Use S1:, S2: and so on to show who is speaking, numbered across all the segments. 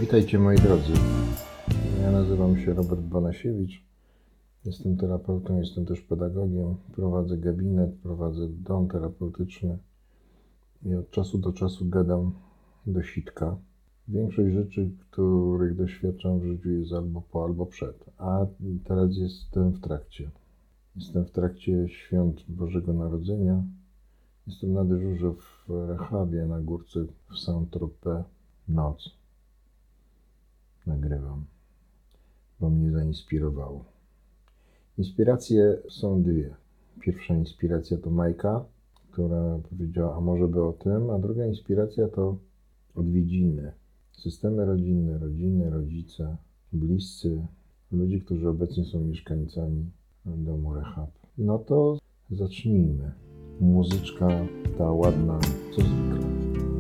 S1: Witajcie moi drodzy. Ja nazywam się Robert Bonasiewicz. Jestem terapeutą, jestem też pedagogiem. Prowadzę gabinet, prowadzę dom terapeutyczny i od czasu do czasu gadam do sitka. Większość rzeczy, których doświadczam w życiu, jest albo po, albo przed. A teraz jestem w trakcie. Jestem w trakcie świąt Bożego Narodzenia. Jestem na dyżurze w rehabie na górce w Saint-Tropez. Noc. Nagrywam, bo mnie zainspirowało. Inspiracje są dwie. Pierwsza inspiracja to Majka, która powiedziała, a może by o tym, a druga inspiracja to odwiedziny. Systemy rodzinne, rodziny, rodzice, bliscy, ludzie, którzy obecnie są mieszkańcami domu rehab. No to zacznijmy. Muzyczka ta ładna, co zwykle.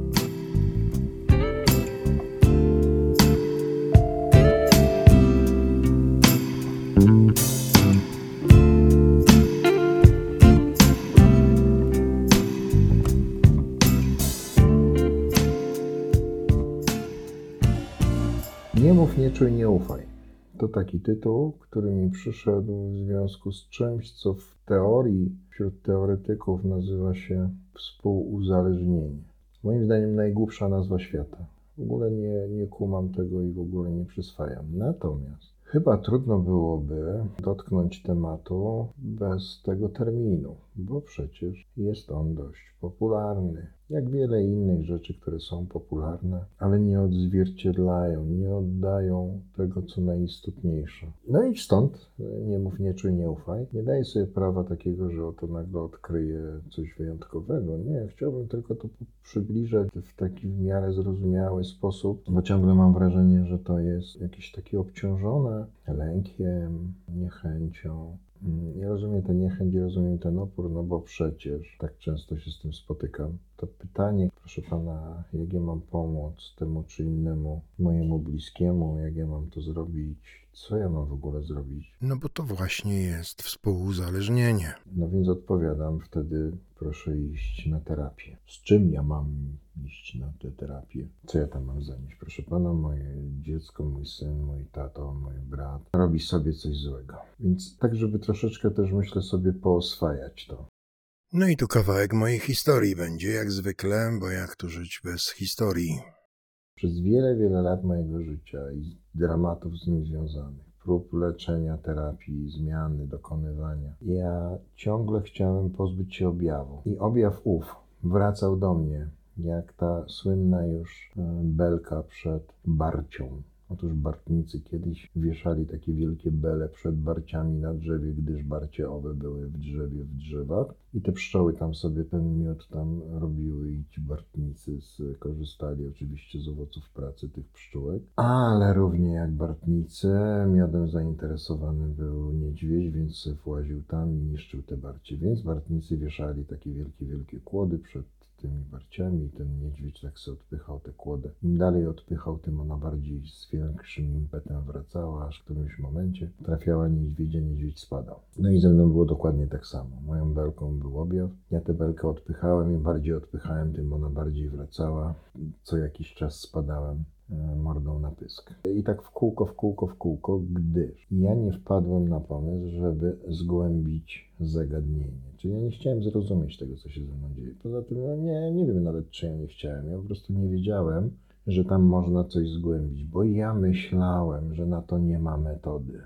S1: Nie mów, nie czuj, nie ufaj. To taki tytuł, który mi przyszedł w związku z czymś, co w teorii, wśród teoretyków nazywa się współuzależnienie. Moim zdaniem najgłupsza nazwa świata. W ogóle nie kumam tego i w ogóle nie przyswajam. Natomiast chyba trudno byłoby dotknąć tematu bez tego terminu, bo przecież jest on dość popularny. Jak wiele innych rzeczy, które są popularne, ale nie odzwierciedlają, nie oddają tego, co najistotniejsze. No i stąd nie mów, nie czuj, nie ufaj. Nie daję sobie prawa takiego, że oto nagle odkryję coś wyjątkowego. Nie, chciałbym tylko to przybliżać w taki w miarę zrozumiały sposób, bo ciągle mam wrażenie, że to jest jakieś takie obciążone lękiem, niechęcią. Ja rozumiem tę niechęć, rozumiem ten opór, no bo przecież tak często się z tym spotykam. To pytanie, proszę pana, jak ja mam pomóc temu czy innemu, mojemu bliskiemu, jak ja mam to zrobić, co ja mam w ogóle zrobić?
S2: No bo to właśnie jest współuzależnienie.
S1: No więc odpowiadam wtedy, proszę iść na terapię. Z czym ja mam iść na tę terapię? Co ja tam mam zanieść? Proszę pana, moje dziecko, mój syn, mój tato, mój brat robi sobie coś złego. Więc tak, żeby troszeczkę też, myślę, sobie pooswajać to.
S2: No i tu kawałek mojej historii będzie, jak zwykle, bo jak tu żyć bez historii?
S1: Przez wiele, wiele lat mojego życia i dramatów z nim związanych, prób leczenia, terapii, zmiany, dokonywania, ja ciągle chciałem pozbyć się objawu. I objaw ów wracał do mnie, jak ta słynna już belka przed barcią. Otóż bartnicy kiedyś wieszali takie wielkie bele przed barciami na drzewie, gdyż barcie owe były w drzewie, w drzewach. I te pszczoły tam sobie ten miód tam robiły i ci bartnicy korzystali oczywiście z owoców pracy tych pszczółek. Ale równie jak bartnicy, miodem zainteresowany był niedźwiedź, więc właził tam i niszczył te barcie. Więc bartnicy wieszali takie wielkie, wielkie kłody przed tymi barciami i ten niedźwiedź tak sobie odpychał tę kłodę. Im dalej odpychał, tym ona bardziej z większym impetem wracała, aż w którymś momencie trafiała niedźwiedzia, niedźwiedź spadał. No i ze mną było dokładnie tak samo. Moją belką był objaw. Ja tę belkę odpychałem, im bardziej odpychałem, tym ona bardziej wracała. Co jakiś czas spadałem mordą na pysk. I tak w kółko, gdyż ja nie wpadłem na pomysł, żeby zgłębić zagadnienie. Czyli ja nie chciałem zrozumieć tego, co się ze mną dzieje. Poza tym no nie wiem nawet, czy ja nie chciałem. Ja po prostu nie wiedziałem, że tam można coś zgłębić, bo ja myślałem, że na to nie ma metody.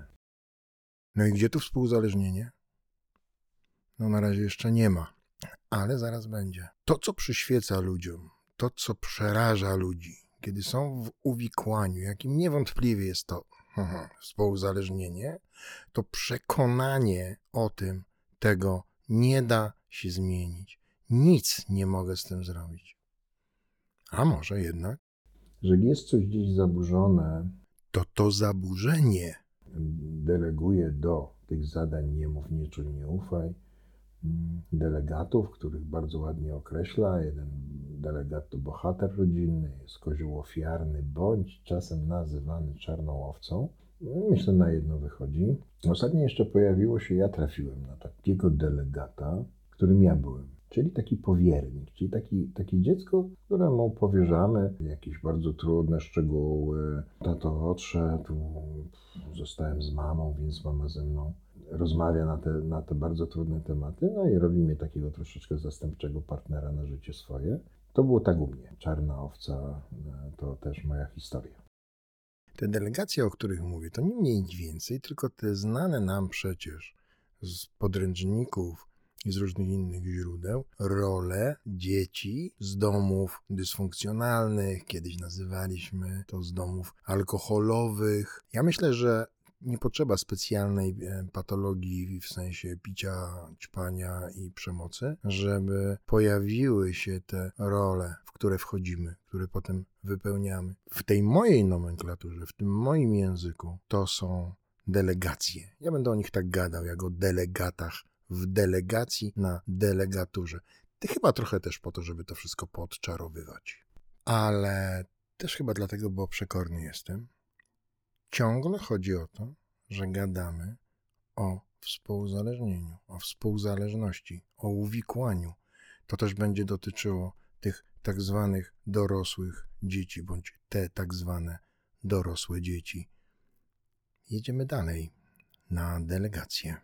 S2: No i gdzie tu współuzależnienie? No na razie jeszcze nie ma, ale zaraz będzie. To, co przyświeca ludziom, to, co przeraża ludzi, kiedy są w uwikłaniu, jakim niewątpliwie jest to współuzależnienie, to przekonanie o tym, tego nie da się zmienić. Nic nie mogę z tym zrobić. A może jednak?
S1: Jeżeli jest coś gdzieś zaburzone,
S2: To zaburzenie
S1: deleguje do tych zadań nie mów, nie czuj, nie ufaj delegatów, których bardzo ładnie określa. Jeden delegat to bohater rodzinny, jest kozioł ofiarny, bądź czasem nazywany czarną owcą. Myślę, na jedno wychodzi. Ostatnio jeszcze pojawiło się, ja trafiłem na takiego delegata, którym ja byłem. czyli taki powiernik, czyli takie dziecko, któremu powierzamy jakieś bardzo trudne szczegóły. Tato odszedł, zostałem z mamą, więc mama ze mną rozmawia na te bardzo trudne tematy, no i robi mnie takiego troszeczkę zastępczego partnera na życie swoje. To było tak u mnie. Czarna owca to też moja historia.
S2: Te delegacje, o których mówię, to nie mniej nic więcej, tylko te znane nam przecież z podręczników i z różnych innych źródeł role dzieci z domów dysfunkcjonalnych, kiedyś nazywaliśmy to z domów alkoholowych. Ja myślę, że nie potrzeba specjalnej patologii w sensie picia, ćpania i przemocy, żeby pojawiły się te role, w które wchodzimy, które potem wypełniamy. W tej mojej nomenklaturze, w tym moim języku, to są delegacje. Ja będę o nich tak gadał, jak o delegatach w delegacji na delegaturze. Chyba trochę też po to, żeby to wszystko podczarowywać. Ale też chyba dlatego, bo przekorny jestem. Ciągle chodzi o to, że gadamy o współuzależnieniu, o współzależności, o uwikłaniu. To też będzie dotyczyło tych tak zwanych dorosłych dzieci, bądź te tak zwane dorosłe dzieci. Jedziemy dalej na delegację.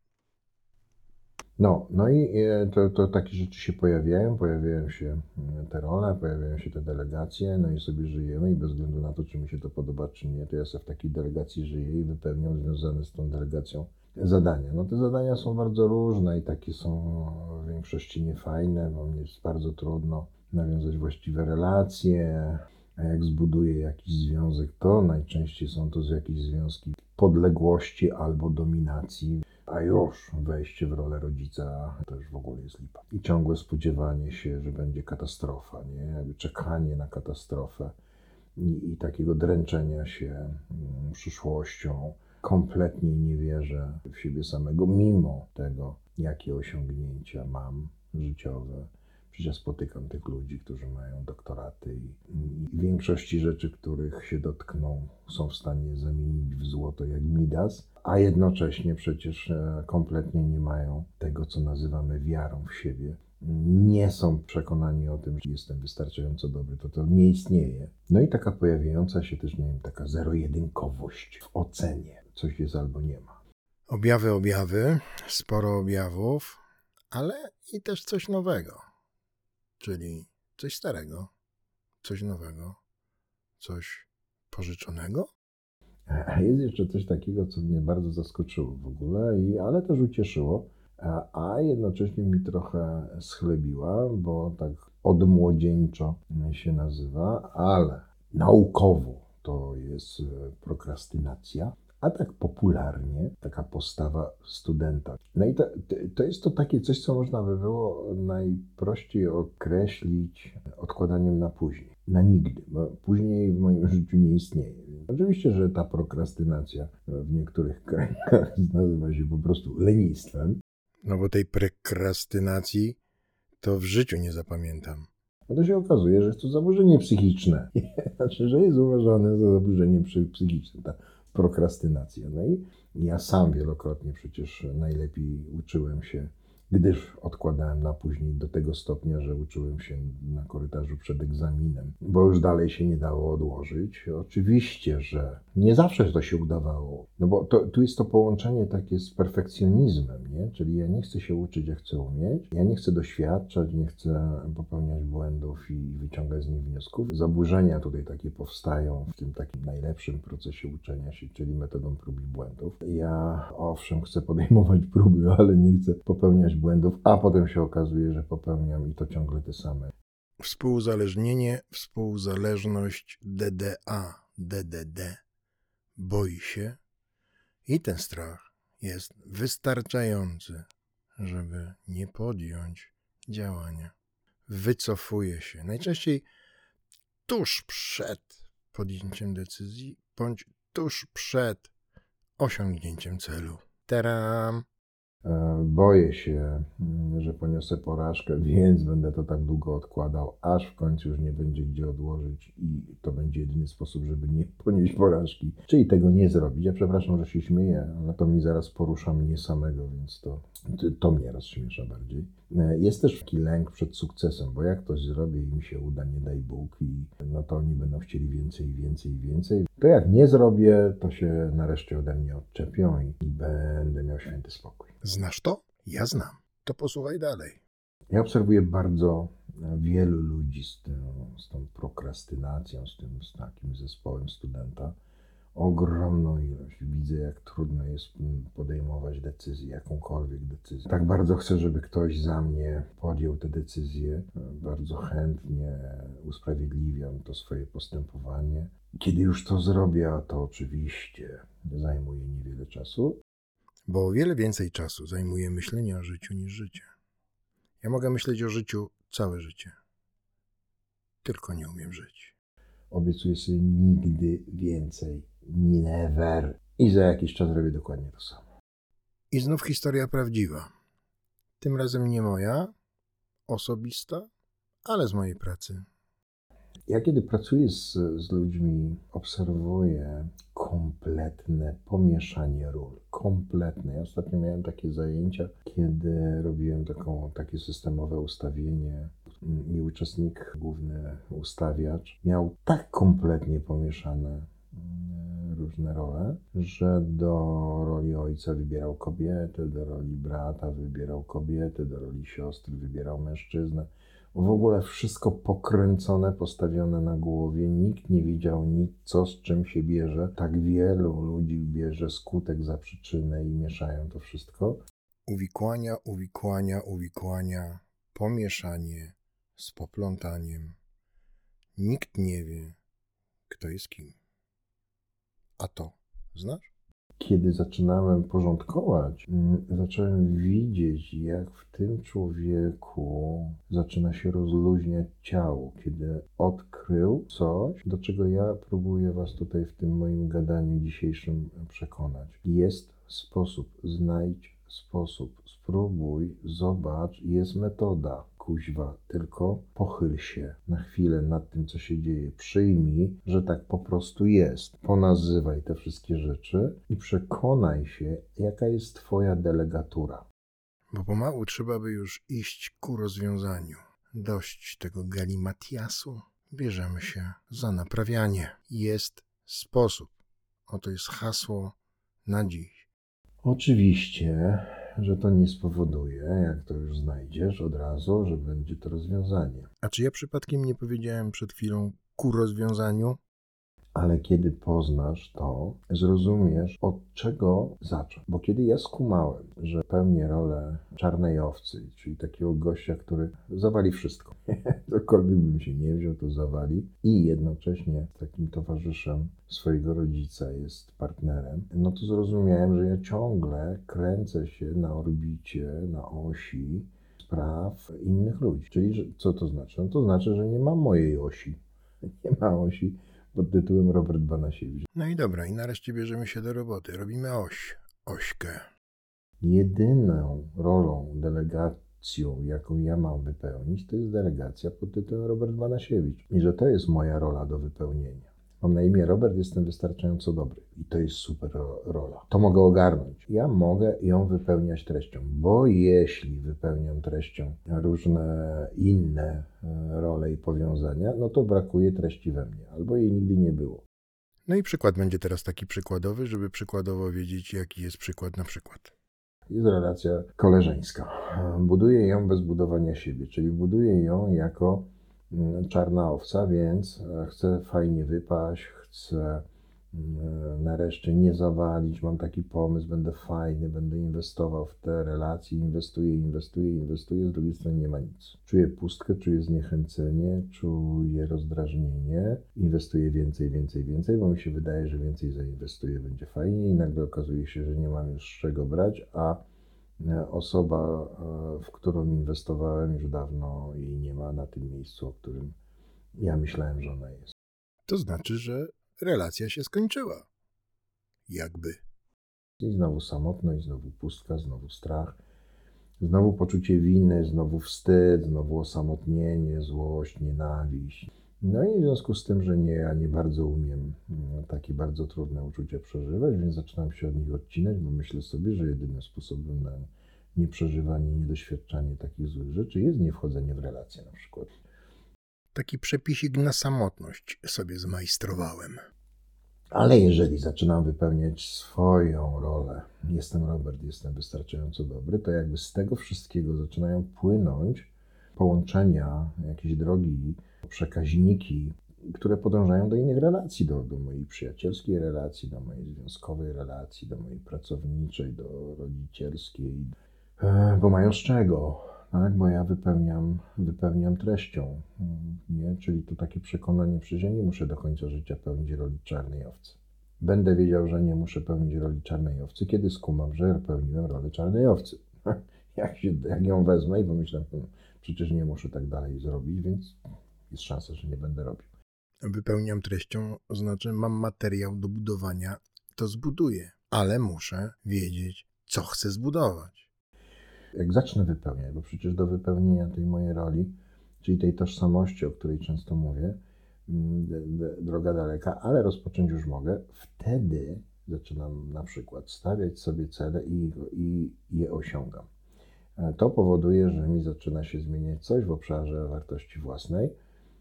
S1: No i to takie rzeczy się pojawiają się te role, pojawiają się te delegacje, no i sobie żyjemy i bez względu na to, czy mi się to podoba, czy nie, to ja sobie w takiej delegacji żyję i wypełniam związane z tą delegacją zadania. No te zadania są bardzo różne i takie są w większości niefajne, bo mnie jest bardzo trudno nawiązać właściwe relacje, a jak zbuduję jakiś związek, to najczęściej są to jakieś związki podległości albo dominacji, a już wejście w rolę rodzica to już w ogóle jest lipa. I ciągłe spodziewanie się, że będzie katastrofa, nie? Jakby czekanie na katastrofę i takiego dręczenia się przyszłością. Kompletnie nie wierzę w siebie samego, mimo tego, jakie osiągnięcia mam życiowe. Przecież spotykam tych ludzi, którzy mają doktoraty i w większości rzeczy, których się dotkną, są w stanie zamienić w złoto jak Midas, a jednocześnie przecież kompletnie nie mają tego, co nazywamy wiarą w siebie. Nie są przekonani o tym, że jestem wystarczająco dobry, to nie istnieje. No i taka pojawiająca się też, nie wiem, taka zero-jedynkowość w ocenie. Coś jest albo nie ma.
S2: Objawy, sporo objawów, ale i też coś nowego. Czyli coś starego, coś nowego, coś pożyczonego.
S1: A jest jeszcze coś takiego, co mnie bardzo zaskoczyło w ogóle, ale też ucieszyło, a jednocześnie mi trochę schlebiła, bo tak odmłodzieńczo się nazywa, ale naukowo to jest prokrastynacja, a tak popularnie taka postawa studenta. No i to jest to takie coś, co można by było najprościej określić odkładaniem na później, na nigdy, bo później w moim życiu nie istnieje. Oczywiście, że ta prokrastynacja w niektórych krajach nazywa się po prostu lenistwem.
S2: No bo tej prokrastynacji to w życiu nie zapamiętam.
S1: No to się okazuje, że jest to zaburzenie psychiczne. Znaczy, że jest uważane za zaburzenie psychiczne, ta prokrastynacja. No i ja sam wielokrotnie przecież najlepiej uczyłem się, gdyż odkładałem na później do tego stopnia, że uczyłem się na korytarzu przed egzaminem, bo już dalej się nie dało odłożyć. Oczywiście, że nie zawsze to się udawało, no bo tu jest to połączenie takie z perfekcjonizmem, nie? Czyli ja nie chcę się uczyć, ja chcę umieć, ja nie chcę doświadczać, nie chcę popełniać błędów i wyciągać z nich wniosków. Zaburzenia tutaj takie powstają w tym takim najlepszym procesie uczenia się, czyli metodą prób i błędów. Ja owszem chcę podejmować próby, ale nie chcę popełniać błędów, a potem się okazuje, że popełniam i to ciągle te same.
S2: Współuzależnienie, współzależność DDA, DDD. Boi się i ten strach jest wystarczający, żeby nie podjąć działania. Wycofuje się, najczęściej tuż przed podjęciem decyzji, bądź tuż przed osiągnięciem celu. Taram!
S1: Boję się, że poniosę porażkę, więc będę to tak długo odkładał, aż w końcu już nie będzie gdzie odłożyć i to będzie jedyny sposób, żeby nie ponieść porażki, czyli tego nie zrobić. Ja przepraszam, że się śmieję, ale to mi zaraz porusza mnie samego, więc to mnie rozśmiesza bardziej. Jest też taki lęk przed sukcesem, bo jak ktoś zrobi i mi się uda, nie daj Bóg, i no to oni będą chcieli więcej, więcej, więcej. To jak nie zrobię, to się nareszcie ode mnie odczepią i będę miał święty spokój.
S2: Znasz to? Ja znam. To posłuchaj dalej.
S1: Ja obserwuję bardzo wielu ludzi z tą prokrastynacją, z takim zespołem studenta. Ogromną ilość. Widzę, jak trudno jest podejmować decyzję, jakąkolwiek decyzję. Tak bardzo chcę, żeby ktoś za mnie podjął tę decyzję. Bardzo chętnie usprawiedliwiam to swoje postępowanie. Kiedy już to zrobię, a to oczywiście zajmuje niewiele czasu,
S2: Bo o wiele więcej czasu zajmuje myślenie o życiu niż życie. Ja mogę myśleć o życiu całe życie. Tylko nie umiem żyć.
S1: obiecuję sobie nigdy więcej. Never. I za jakiś czas robię dokładnie to samo.
S2: I znów historia prawdziwa. Tym razem nie moja, osobista, ale z mojej pracy.
S1: Ja kiedy pracuję z ludźmi, obserwuję kompletne pomieszanie ról. Kompletne. Ja ostatnio miałem takie zajęcia, kiedy robiłem takie systemowe ustawienie i uczestnik, główny ustawiacz, miał tak kompletnie pomieszane różne role, że do roli ojca wybierał kobietę, do roli brata wybierał kobietę, do roli siostry wybierał mężczyznę. W ogóle wszystko pokręcone, postawione na głowie. Nikt nie wiedział nic, co z czym się bierze. Tak wielu ludzi bierze skutek za przyczynę i mieszają to wszystko.
S2: Uwikłania, pomieszanie z poplątaniem. Nikt nie wie, kto jest kim. A to znasz?
S1: Kiedy zaczynałem porządkować, zacząłem widzieć, jak w tym człowieku zaczyna się rozluźniać ciało, kiedy odkrył coś, do czego ja próbuję Was tutaj w tym moim gadaniu dzisiejszym przekonać. Jest sposób, znajdź sposób, spróbuj, zobacz, jest metoda. Kuźwa, tylko pochyl się na chwilę nad tym, co się dzieje. Przyjmij, że tak po prostu jest. Ponazywaj te wszystkie rzeczy i przekonaj się, jaka jest Twoja delegatura.
S2: Bo pomału trzeba by już iść ku rozwiązaniu. Dość tego galimatiasu. Bierzemy się za naprawianie. Jest sposób. Oto jest hasło na dziś.
S1: Oczywiście, że to nie spowoduje, jak to już znajdziesz od razu, że będzie to rozwiązanie.
S2: A czy ja przypadkiem nie powiedziałem przed chwilą ku rozwiązaniu?
S1: Ale kiedy poznasz to, zrozumiesz, od czego zacząć. Bo kiedy ja skumałem, że pełnię rolę czarnej owcy, czyli takiego gościa, który zawali wszystko, cokolwiek bym się nie wziął, to zawali, i jednocześnie takim towarzyszem swojego rodzica jest partnerem, no to zrozumiałem, że ja ciągle kręcę się na orbicie, na osi spraw innych ludzi. Czyli co to znaczy? No to znaczy, że nie ma mojej osi. Nie ma osi pod tytułem Robert Banasiewicz.
S2: No i dobra, i nareszcie bierzemy się do roboty. Robimy ośkę.
S1: Jedyną rolą, delegacją, jaką ja mam wypełnić, to jest delegacja pod tytułem Robert Banasiewicz. I że to jest moja rola do wypełnienia. Mam na imię Robert, jestem wystarczająco dobry. I to jest super rola. To mogę ogarnąć. Ja mogę ją wypełniać treścią, bo jeśli wypełniam treścią różne inne role i powiązania, no to brakuje treści we mnie, albo jej nigdy nie było.
S2: No i przykład będzie teraz taki przykładowy, żeby przykładowo wiedzieć, jaki jest przykład na przykład.
S1: Jest relacja koleżeńska. Buduję ją bez budowania siebie, czyli buduję ją jako czarna owca, więc chcę fajnie wypaść, chcę nareszcie nie zawalić, mam taki pomysł, będę fajny, będę inwestował w te relacje, inwestuję, z drugiej strony nie ma nic. Czuję pustkę, czuję zniechęcenie, czuję rozdrażnienie, inwestuję więcej, bo mi się wydaje, że więcej zainwestuję, będzie fajnie, i nagle okazuje się, że nie mam już z czego brać, a osoba, w którą inwestowałem, już dawno jej nie ma na tym miejscu, o którym ja myślałem, że ona jest.
S2: To znaczy, że relacja się skończyła. Jakby.
S1: I znowu samotność, znowu pustka, znowu strach, znowu poczucie winy, znowu wstyd, znowu osamotnienie, złość, nienawiść. No i w związku z tym, że ja nie bardzo umiem takie bardzo trudne uczucia przeżywać, więc zaczynam się od nich odcinać, bo myślę sobie, że jedynym sposobem na nieprzeżywanie, niedoświadczanie takich złych rzeczy jest niewchodzenie w relacje na przykład.
S2: Taki przepisik na samotność sobie zmajstrowałem.
S1: Ale jeżeli zaczynam wypełniać swoją rolę, jestem Robert, jestem wystarczająco dobry, to jakby z tego wszystkiego zaczynają płynąć połączenia, jakieś drogi, przekaźniki, które podążają do innych relacji, do mojej przyjacielskiej relacji, do mojej związkowej relacji, do mojej pracowniczej, do rodzicielskiej, bo mają z czego. Tak, bo ja wypełniam treścią, nie? Czyli to takie przekonanie, że ja nie muszę do końca życia pełnić roli czarnej owcy. Będę wiedział, że nie muszę pełnić roli czarnej owcy, kiedy skumam, że pełniłem rolę czarnej owcy. Jak ją wezmę i pomyślę, przecież nie muszę tak dalej zrobić, więc jest szansa, że nie będę robił.
S2: Wypełniam treścią, znaczy mam materiał do budowania, to zbuduję, ale muszę wiedzieć, co chcę zbudować.
S1: Jak zacznę wypełniać, bo przecież do wypełnienia tej mojej roli, czyli tej tożsamości, o której często mówię, droga daleka, ale rozpocząć już mogę, wtedy zaczynam na przykład stawiać sobie cele i je osiągam. To powoduje, że mi zaczyna się zmieniać coś w obszarze wartości własnej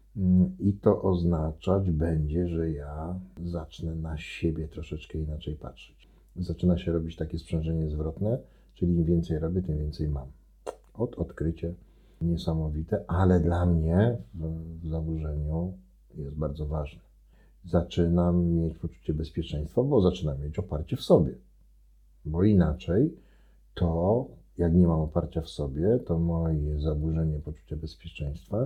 S1: i to oznaczać będzie, że ja zacznę na siebie troszeczkę inaczej patrzeć. Zaczyna się robić takie sprzężenie zwrotne, czyli im więcej robię, tym więcej mam. Odkrycie niesamowite, ale dla mnie w zaburzeniu jest bardzo ważne. Zaczynam mieć poczucie bezpieczeństwa, bo zaczynam mieć oparcie w sobie. Bo inaczej to, jak nie mam oparcia w sobie, to moje zaburzenie poczucia bezpieczeństwa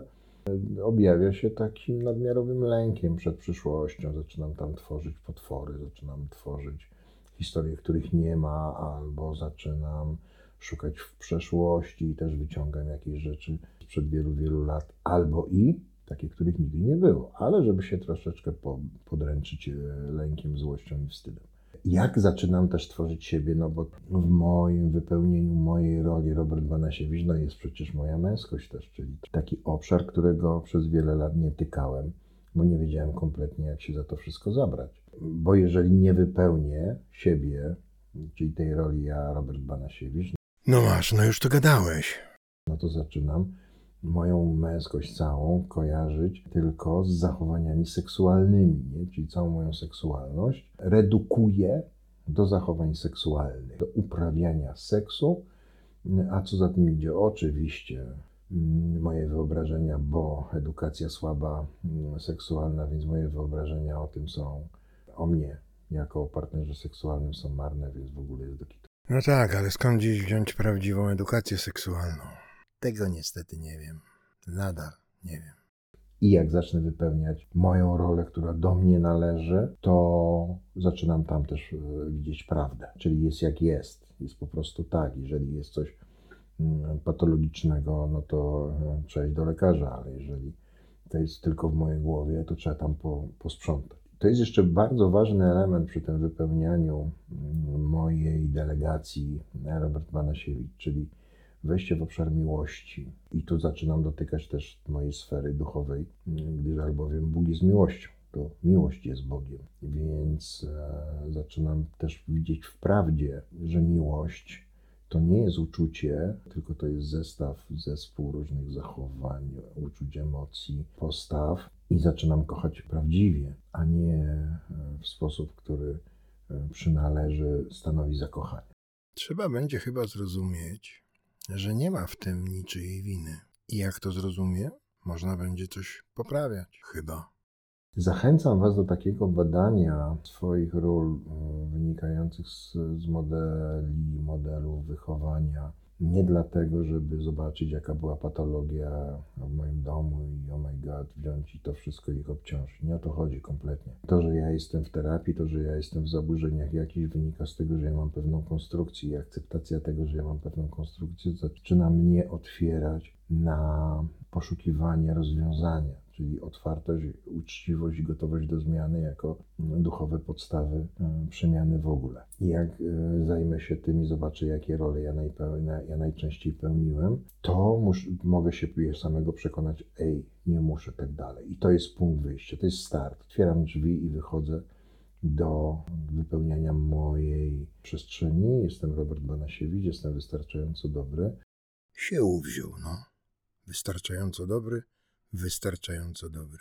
S1: objawia się takim nadmiarowym lękiem przed przyszłością. Zaczynam tam tworzyć potwory, zaczynam tworzyć historie, których nie ma, albo zaczynam szukać w przeszłości i też wyciągam jakieś rzeczy sprzed wielu, wielu lat, albo takie, których nigdy nie było, ale żeby się troszeczkę podręczyć lękiem, złością i wstydem. Jak zaczynam też tworzyć siebie, no bo w moim wypełnieniu mojej roli Robert Banasiewicz, no jest przecież moja męskość też, czyli taki obszar, którego przez wiele lat nie tykałem, bo nie wiedziałem kompletnie, jak się za to wszystko zabrać. Bo jeżeli nie wypełnię siebie, czyli tej roli ja, Robert Banasiewicz,
S2: No masz, no już to gadałeś.
S1: no to zaczynam moją męskość całą kojarzyć tylko z zachowaniami seksualnymi, nie? Czyli całą moją seksualność redukuję do zachowań seksualnych, do uprawiania seksu, a co za tym idzie? Oczywiście moje wyobrażenia, bo edukacja słaba seksualna, więc moje wyobrażenia o tym są, o mnie jako o partnerze seksualnym są marne, więc w ogóle jest do kitu.
S2: No tak, ale skąd dziś wziąć prawdziwą edukację seksualną? Tego niestety nie wiem. Nadal nie wiem.
S1: I jak zacznę wypełniać moją rolę, która do mnie należy, to zaczynam tam też widzieć prawdę. Czyli jest jak jest. Jest po prostu tak. Jeżeli jest coś patologicznego, no to trzeba iść do lekarza, ale jeżeli to jest tylko w mojej głowie, to trzeba tam posprzątać. To jest jeszcze bardzo ważny element przy tym wypełnianiu mojej delegacji Robert Banasiewicz, czyli wejście w obszar miłości. I tu zaczynam dotykać też mojej sfery duchowej, gdyż albowiem Bóg jest miłością. To miłość jest Bogiem. Więc zaczynam też widzieć w prawdzie, że miłość to nie jest uczucie, tylko to jest zespół różnych zachowań, uczuć, emocji, postaw. I zaczynam kochać prawdziwie, a nie w sposób, który przynależy stanowi zakochania.
S2: Trzeba będzie chyba zrozumieć, że nie ma w tym niczyjej winy. I jak to zrozumie, można będzie coś poprawiać. Chyba.
S1: Zachęcam Was do takiego badania swoich ról wynikających z modelów wychowania. Nie dlatego, żeby zobaczyć, jaka była patologia w moim domu i oh my god, wziąć i to wszystko ich obciążyć. Nie o to chodzi kompletnie. To, że ja jestem w terapii, to, że ja jestem w zaburzeniach jakichś, wynika z tego, że ja mam pewną konstrukcję i akceptacja tego, że ja mam pewną konstrukcję, zaczyna mnie otwierać na poszukiwanie rozwiązania, czyli otwartość, uczciwość i gotowość do zmiany jako duchowe podstawy przemiany w ogóle. I jak zajmę się tym i zobaczę, jakie role ja najczęściej pełniłem, to mogę się samego przekonać, nie muszę tak dalej. I to jest punkt wyjścia, to jest start. Otwieram drzwi i wychodzę do wypełniania mojej przestrzeni. Jestem Robert Banasiewicz, jestem wystarczająco dobry.
S2: Się uwziął, no. Wystarczająco dobry, wystarczająco dobry.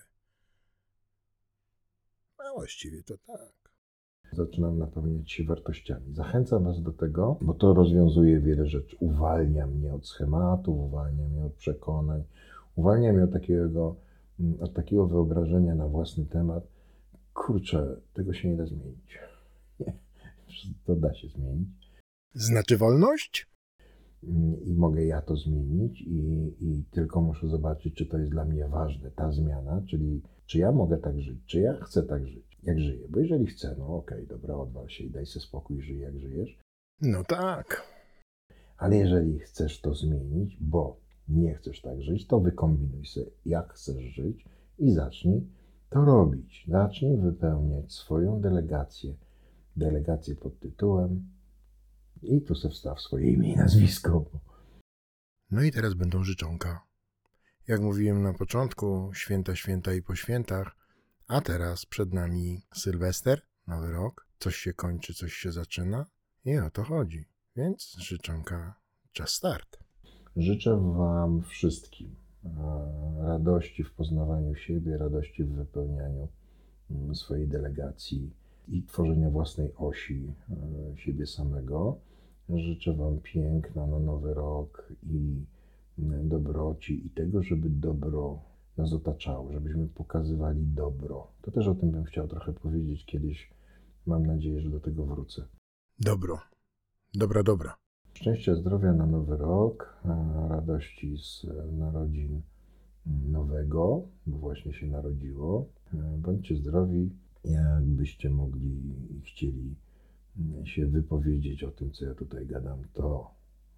S2: A właściwie to tak.
S1: Zaczynam napełniać się wartościami. Zachęcam Was do tego, bo to rozwiązuje wiele rzeczy. Uwalnia mnie od schematów, uwalnia mnie od przekonań, uwalnia mnie od takiego wyobrażenia na własny temat. Kurczę, tego się nie da zmienić. Nie, to da się zmienić.
S2: Znaczy wolność?
S1: I mogę ja to zmienić i tylko muszę zobaczyć, czy to jest dla mnie ważne, ta zmiana, czyli czy ja mogę tak żyć, czy ja chcę tak żyć, jak żyję. Bo jeżeli chcę, no okej, dobra, odwal się i daj sobie spokój, żyj jak żyjesz.
S2: No tak.
S1: Ale jeżeli chcesz to zmienić, bo nie chcesz tak żyć, to wykombinuj sobie, jak chcesz żyć i zacznij to robić. Zacznij wypełniać swoją delegację pod tytułem i tu sobie wstaw swoje imię i nazwisko.
S2: No i teraz będą życzonka. Jak mówiłem na początku, święta i po świętach, a teraz przed nami Sylwester, Nowy Rok, coś się kończy, coś się zaczyna i o to chodzi. Więc życzonka, czas start.
S1: Życzę Wam wszystkim radości w poznawaniu siebie, radości w wypełnianiu swojej delegacji i tworzenia własnej osi siebie samego. Życzę Wam piękna na Nowy Rok i dobroci i tego, żeby dobro nas otaczało, żebyśmy pokazywali dobro. To też o tym bym chciał trochę powiedzieć kiedyś. Mam nadzieję, że do tego wrócę.
S2: Dobro. Dobra.
S1: Szczęścia, zdrowia na Nowy Rok, radości z narodzin nowego, bo właśnie się narodziło. Bądźcie zdrowi, jakbyście mogli i chcieli się wypowiedzieć o tym, co ja tutaj gadam, to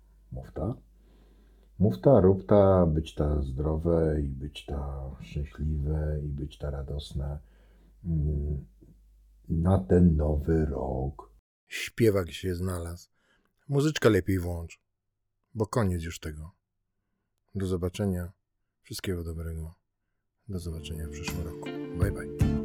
S1: mów ta, rób ta, być ta zdrowe i być ta szczęśliwe i być ta radosne na ten Nowy Rok.
S2: Śpiewak się znalazł. Muzyczkę lepiej włącz, bo koniec już tego. Do zobaczenia. Wszystkiego dobrego. Do zobaczenia w przyszłym roku. Bye bye.